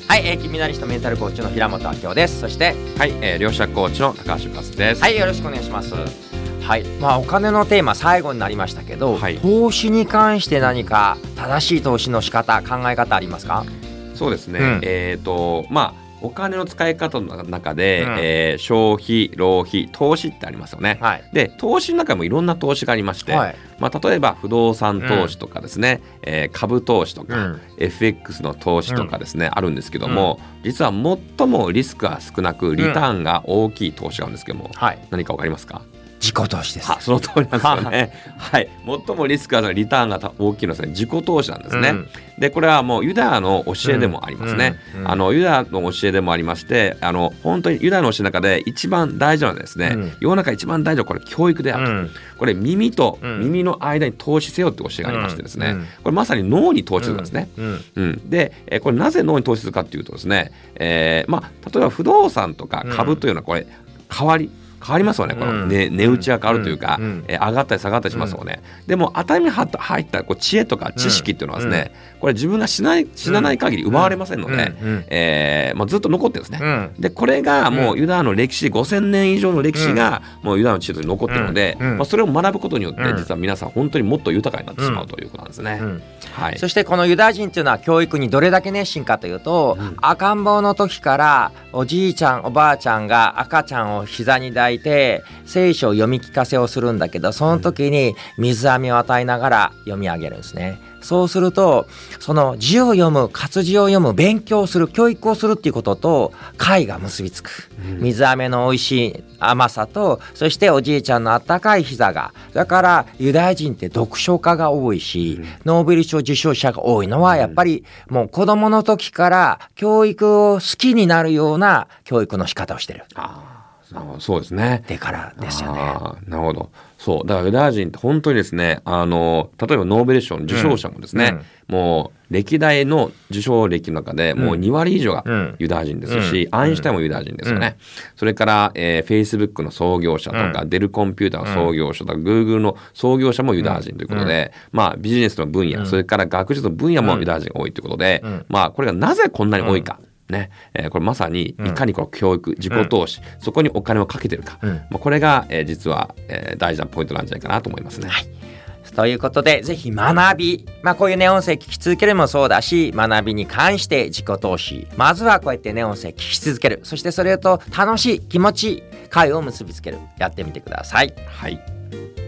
はい、金メダリストメンタルコーチの平本明夫です。そしてはい、両者コーチの高橋勝です。 はい、よろしくお願いします。はい、お金のテーマ最後になりましたけど、 はい、 投資に関して何か正しい投資の仕方、考え方ありますか？ そうですね、お金の使い方の中で、消費、浪費、投資ってありますよね、 はい、 で投資の中にもいろんな投資がありまして、 はい、 例えば不動産投資とかですね、株投資とか、FX の投資とかですね、あるんですけども、実は最もリスクが少なくリターンが大きい投資があるんですけども、何か分かりますか？ 自己投資です。 その通りなんですよねはい、最もリスクがリターンが大きいのはですね、自己投資なんですね、でこれはもうユダヤの教えでもありますね、ユダヤの教えでもありまして、本当にユダヤの教えの中で一番大事なのはですね、世の中一番大事なこれ教育であると、これ耳と耳の間に投資せよって教えがありましてですね、これまさに脳に投資するんですね、で、これなぜ脳に投資するかっていうとですね、例えば不動産とか株というのはこれ変わりますよね、この値打ちが変わるというか、上がったり下がったりしますよね、でも頭に入った知恵とか知識っていうのはですね、これ自分が死なない限り奪われませんので、ずっと残ってるんですね、でこれがもうユダヤの歴史5000年以上の歴史がもうユダヤの地図に残ってるので、それを学ぶことによって実は皆さん本当にもっと豊かになってしまうということなんですね、はい、 そしてこのユダヤ人っていうのは教育にどれだけ熱心かというと、赤ん坊の時からおじいちゃんおばあちゃんが赤ちゃんを膝に抱いて聖書を読み聞かせをするんだけど、その時に水飴を与えながら読み上げるんですね。そうするとその字を読む、活字を読む、勉強する、教育をするっていうことと解が結びつく、水飴の美味しい甘さと、そしておじいちゃんのあったかい膝が、だからユダヤ人って読書家が多いし、ノーベル賞受賞者が多いのはやっぱりもう子供の時から教育を好きになるような教育の仕方をしてる。 そうですね。 でからですよね。 なるほど。そうだからユダヤ人って本当にですね、例えばノーベル賞の受賞者もですね、もう歴代の受賞歴の中でもう2割以上がユダヤ人ですし、アインシュタインもユダヤ人ですよね、それから、Facebook の創業者とか、デルコンピューターの創業者とか、Google の創業者もユダヤ人ということで、ビジネスの分野、それから学術の分野もユダヤ人が多いということで、これがなぜこんなに多いか、これまさにいかにこの教育、自己投資、そこにお金をかけてるか、これが、実は、大事なポイントなんじゃないかなと思いますね。 はい、ということでぜひ学び、こういう音声聞き続けるもそうだし、学びに関して自己投資、まずはこうやって音声聞き続ける、そしてそれと楽しい気持ちいい会を結びつける、やってみてください。 はい。